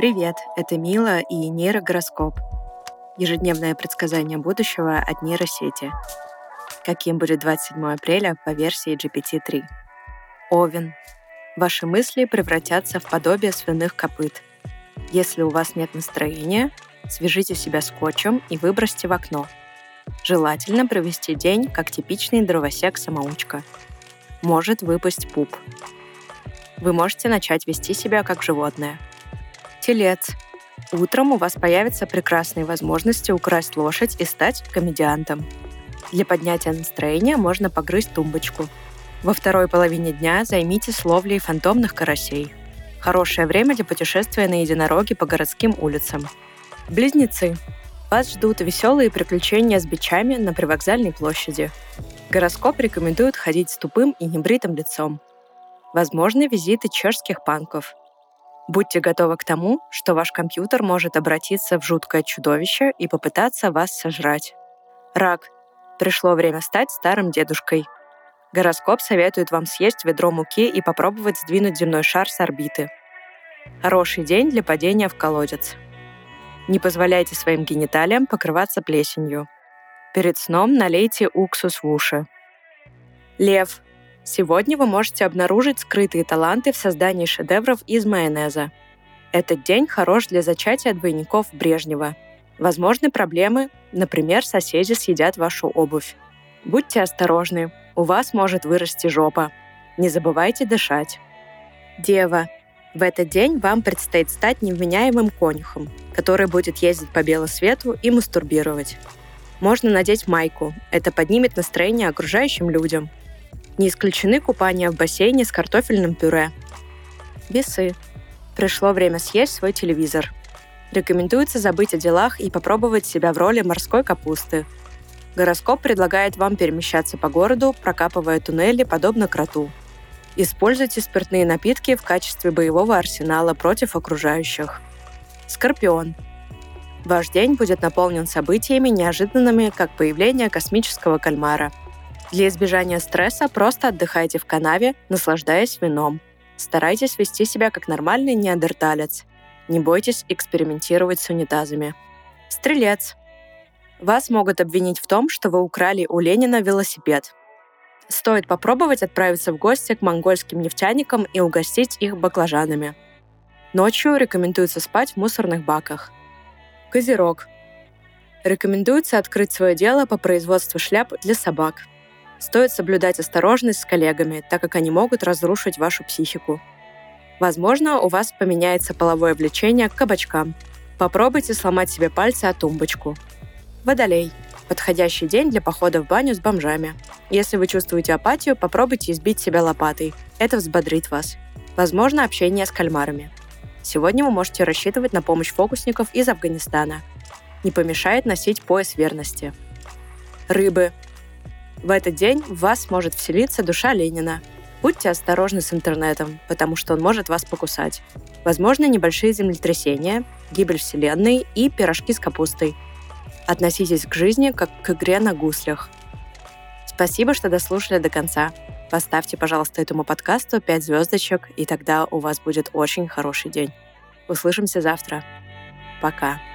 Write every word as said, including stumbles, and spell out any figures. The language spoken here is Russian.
Привет, это Мила и нейрогороскоп. Ежедневное предсказание будущего от нейросети. Каким будет двадцать седьмого апреля по версии джи пи ти три? Овен. Ваши мысли превратятся в подобие свиных копыт. Если у вас нет настроения, свяжите себя скотчем и выбросьте в окно. Желательно провести день как типичный дровосек-самоучка. Может выпасть пуп. Вы можете начать вести себя как животное. Телец. Утром у вас появятся прекрасные возможности украсть лошадь и стать комедиантом. Для поднятия настроения можно погрызть тумбочку. Во второй половине дня займитесь ловлей фантомных карасей. Хорошее время для путешествия на единороге по городским улицам. Близнецы. Вас ждут веселые приключения с бичами на привокзальной площади. Гороскоп рекомендует ходить с тупым и небритым лицом. Возможны визиты чешских панков. Будьте готовы к тому, что ваш компьютер может обратиться в жуткое чудовище и попытаться вас сожрать. Рак. Пришло время стать старым дедушкой. Гороскоп советует вам съесть ведро муки и попробовать сдвинуть земной шар с орбиты. Хороший день для падения в колодец. Не позволяйте своим гениталиям покрываться плесенью. Перед сном налейте уксус в уши. Лев. Сегодня вы можете обнаружить скрытые таланты в создании шедевров из майонеза. Этот день хорош для зачатия двойников Брежнева. Возможны проблемы, например, соседи съедят вашу обувь. Будьте осторожны, у вас может вырасти жопа. Не забывайте дышать. Дева. В этот день вам предстоит стать невменяемым конюхом, который будет ездить по белу свету и мастурбировать. Можно надеть майку, это поднимет настроение окружающим людям. Не исключены купания в бассейне с картофельным пюре. Весы. Пришло время съесть свой телевизор. Рекомендуется забыть о делах и попробовать себя в роли морской капусты. Гороскоп предлагает вам перемещаться по городу, прокапывая туннели, подобно кроту. Используйте спиртные напитки в качестве боевого арсенала против окружающих. Скорпион. Ваш день будет наполнен событиями, неожиданными, как появление космического кальмара. Для избежания стресса просто отдыхайте в канаве, наслаждаясь вином. Старайтесь вести себя как нормальный неандерталец. Не бойтесь экспериментировать с унитазами. Стрелец. Вас могут обвинить в том, что вы украли у Ленина велосипед. Стоит попробовать отправиться в гости к монгольским нефтяникам и угостить их баклажанами. Ночью рекомендуется спать в мусорных баках. Козерог. Рекомендуется открыть свое дело по производству шляп для собак. Стоит соблюдать осторожность с коллегами, так как они могут разрушить вашу психику. Возможно, у вас поменяется половое влечение к кабачкам. Попробуйте сломать себе пальцы о тумбочку. Водолей. Подходящий день для похода в баню с бомжами. Если вы чувствуете апатию, попробуйте избить себя лопатой. Это взбодрит вас. Возможно, общение с кальмарами. Сегодня вы можете рассчитывать на помощь фокусников из Афганистана. Не помешает носить пояс верности. Рыбы. В этот день в вас может вселиться душа Ленина. Будьте осторожны с интернетом, потому что он может вас покусать. Возможно, небольшие землетрясения, гибель Вселенной и пирожки с капустой. Относитесь к жизни как к игре на гуслях. Спасибо, что дослушали до конца. Поставьте, пожалуйста, этому подкасту пять звездочек, и тогда у вас будет очень хороший день. Услышимся завтра. Пока.